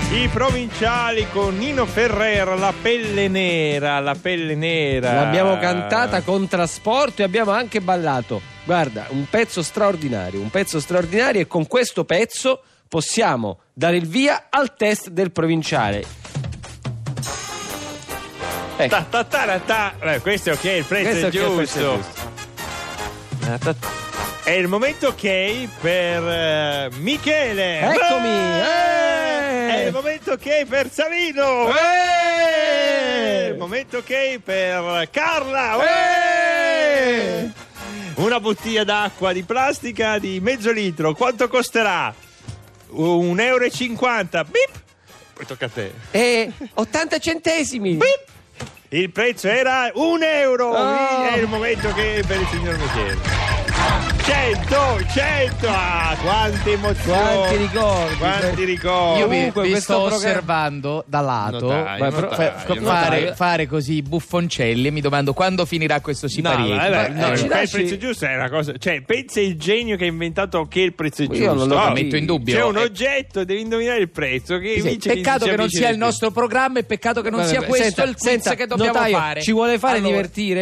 I provinciali con Nino Ferrer, la pelle nera. L'abbiamo cantata con trasporto e abbiamo anche ballato. Guarda, un pezzo straordinario e con questo pezzo possiamo dare il via al test del provinciale. Questo è ok, il prezzo è giusto. È il momento ok per Michele. Eccomi. È il momento ok per Savino. È il momento ok per Carla. Una bottiglia d'acqua di plastica di mezzo litro. Quanto costerà? €1,50. Bip. Poi tocca a te. 80 centesimi. Bip. Il prezzo era €1. È il momento che per il signor Michele. 100, quante emozioni, quanti ricordi. Io Comunque, vi questo sto programma... osservando da lato Notaio. fare così buffoncelli e mi domando quando finirà questo siparietto. Il prezzo giusto è una cosa, cioè pensa il genio che ha inventato che il prezzo è giusto. Io non lo metto in dubbio. C'è un oggetto, devi indovinare il prezzo che vince. Peccato che non sia il nostro programma e peccato che non sia questo il quiz che dobbiamo fare. Ci vuole fare divertire?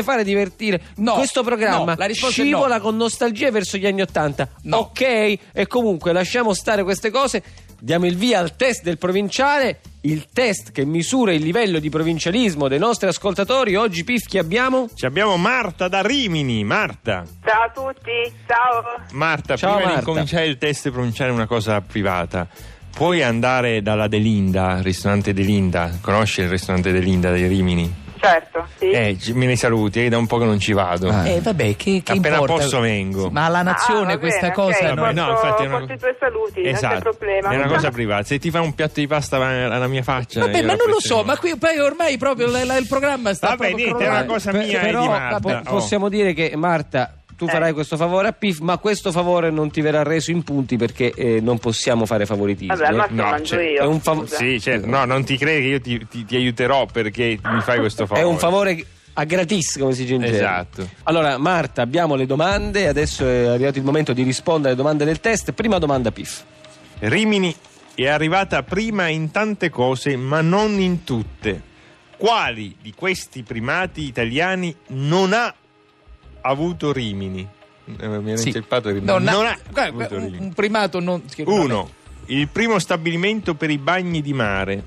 No, questo programma la risposta è scivola no. con nostalgia verso gli anni '80. No. Ok? E comunque lasciamo stare queste cose. Diamo il via al test del provinciale, il test che misura il livello di provincialismo dei nostri ascoltatori. Oggi, Pif, chi abbiamo? Abbiamo Marta da Rimini. Marta. Ciao a tutti, ciao. Marta, Ciao, prima Marta. di cominciare il test provinciale una cosa privata. Puoi andare dalla Delinda, ristorante Delinda? Conosci il ristorante Delinda di Rimini? Certo, sì. Me ne saluti, è da un po' che non ci vado. Vabbè, che Appena importa? posso vengo. Ma alla nazione va questa bene, cosa ok, no, porto, infatti è una porto i tuoi saluti, non c'è Esatto, problema. è una cosa privata. Se ti fa un piatto di pasta alla mia faccia, Vabbè, io ma non lo apprezzerò. so, ma qui poi ormai proprio il programma sta Vabbè, proprio niente, è una crollando. cosa mia e Però di Marta. possiamo dire che Marta, tu farai questo favore a Pif, ma questo favore non ti verrà reso in punti perché non possiamo fare favoritismi. Vabbè, al massimo No, mangio cioè, io. è un favore. Sì, certo. No, non ti credi che io ti aiuterò perché mi fai questo favore. È un favore a gratis, come si dice in gergo. Esatto. Allora, Marta, abbiamo le domande. Adesso è arrivato il momento di rispondere alle domande del test. Prima domanda, Pif. Rimini è arrivata prima in tante cose, ma non in tutte. Quali di questi primati italiani non ha avuto Rimini? Mi hanno inceppato Rimini. Non ha guarda, avuto Rimini. un primato non... 1. Il primo stabilimento per i bagni di mare.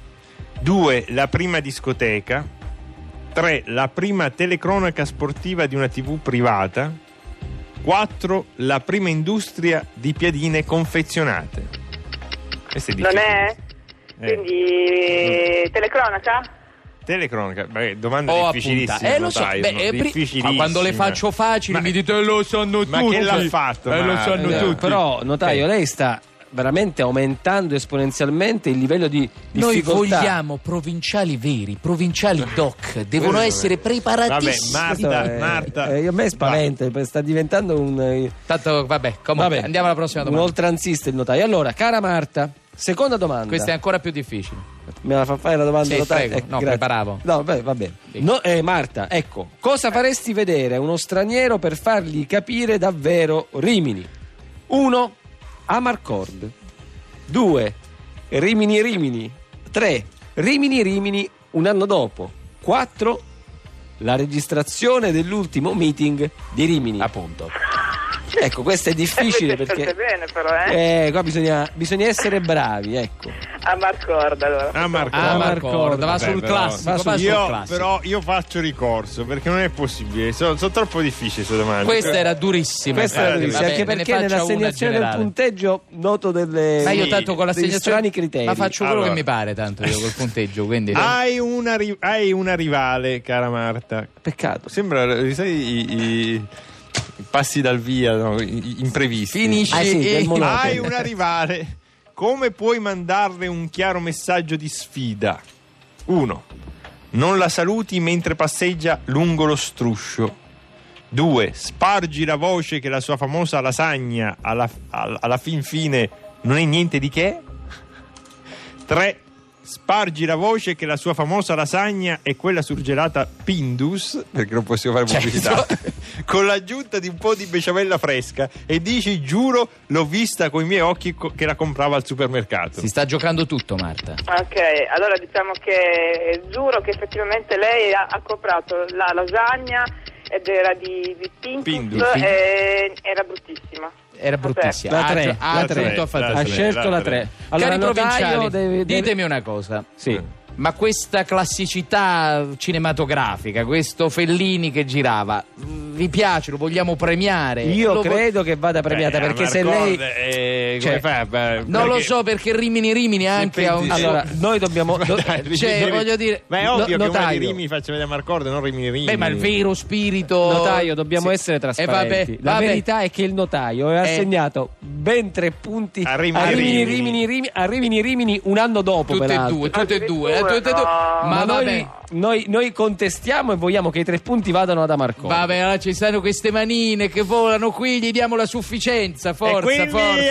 2. La prima discoteca. 3. La prima telecronaca sportiva di una TV privata. 4. La prima industria di piadine confezionate. Questo è Non difficile. è? Quindi telecronaca? Telecronaca, beh, domanda Oh, difficilissima. lo so, notaio, difficilissima. ma quando le faccio facili mi dite lo sanno tutti. Ma che l'ha fatto? Lo sanno tutti. Però, notaio, lei sta veramente aumentando esponenzialmente il livello di Noi difficoltà. vogliamo provinciali veri, provinciali doc, devono essere preparatissimi. Vabbè, Marta. A me spaventa, sta diventando un Tanto vabbè, comunque andiamo alla prossima un domanda. oltranzista il notaio. Allora, cara Marta, seconda domanda. Questa è ancora più difficile. Me la fa fare la domanda Sì, notaio? prego. No, grazie. preparavo. No, beh, va bene. No, Marta, ecco, cosa faresti vedere a uno straniero per fargli capire davvero Rimini? 1. Amarcord. 2. Rimini. 3. Rimini un anno dopo. 4. La registrazione dell'ultimo meeting di Rimini. Appunto. Ecco, questo è difficile perché bene però, qua bisogna essere bravi, ecco. A Marcord allora. Amarcord, va sul Però- classico, va sul Io classico. però faccio ricorso perché non è possibile, sono troppo difficili queste domande. Questa era durissima. Questo era durissimo, Vabbè, anche me ne perché faccia una nell'assegnazione del generale. punteggio noto delle Ma io tanto con degli l'assegnazione strani criteri. ma faccio quello Allora. che mi pare tanto io col punteggio, quindi Hai una rivale, cara Marta. Peccato. Sembra, sai, i passi dal via, no? Imprevisti. finisci Ah, sì, del monotono. Hai una rivale. Come puoi mandarle un chiaro messaggio di sfida? 1. Non la saluti mentre passeggia lungo lo struscio. 2. Spargi la voce che la sua famosa lasagna alla fin fine non è niente di che. 3. spargi la voce che la sua famosa lasagna è quella surgelata Pindus, perché non possiamo fare pubblicità, con l'aggiunta di un po' di besciamella fresca, e dici: giuro, l'ho vista coi miei occhi che la comprava al supermercato. Si sta giocando tutto, Marta. Ok, allora diciamo che giuro che effettivamente lei ha comprato la lasagna ed era di Pindus e era bruttissima. Era bruttissima. La 3, ha scelto la 3. Allora, cari provinciali, ditemi una cosa. Sì. Ma questa classicità cinematografica, questo Fellini che girava, vi piace? Lo vogliamo premiare? Io credo che vada premiata, perché se lei come fa? Non lo so, perché Rimini anche ha un... Allora, noi dobbiamo voglio dire, ma è ovvio che uno di notaio. Rimini faccia vedere Marcord, non Rimini. Beh, ma il vero spirito... Notaio, dobbiamo essere trasparenti. La verità è che il notaio ha assegnato ben 3 punti a Rimini un anno dopo. Tutte e due. Ma noi contestiamo e vogliamo che i 3 punti vadano ad Amarcord. Vabbè, allora ci stanno queste manine che volano qui, gli diamo la sufficienza. Forza.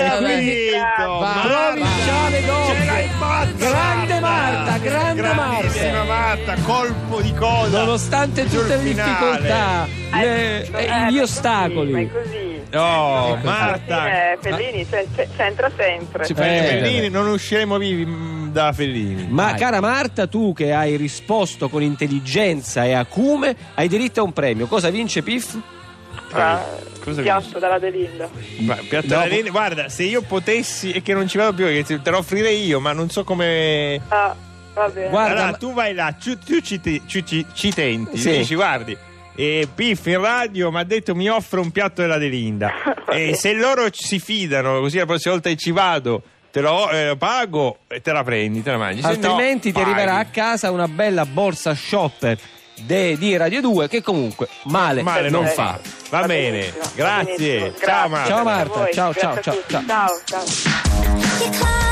Provinciale doc. Grande Marta, grandissima Marta, colpo di coda. Nonostante tutte le difficoltà, gli ostacoli. Ma è così. No, Marta. Fellini c'entra sempre. Fellini, non usciremo vivi da Fellini. Ma cara Marta, tu che hai risposto con intelligenza e acume, hai diritto a un premio. Cosa vince Piff? Piatto dalla Delinda. Guarda, se io potessi, e che non ci vado più, te lo offrirei io, ma non so come. Va bene. Guarda, allora, tu vai là, tu ci tenti, sì. Dici: guardi, Piff in radio mi ha detto mi offre un piatto della Delinda. E se loro si fidano, così la prossima volta che ci vado te lo pago e te la prendi, te la mangi. Altrimenti no, ti arriverà a casa una bella borsa shopper di Radio 2 che comunque male non fa. Va bene, grazie. Ciao Marta. Ciao Marta, ciao. Ciao.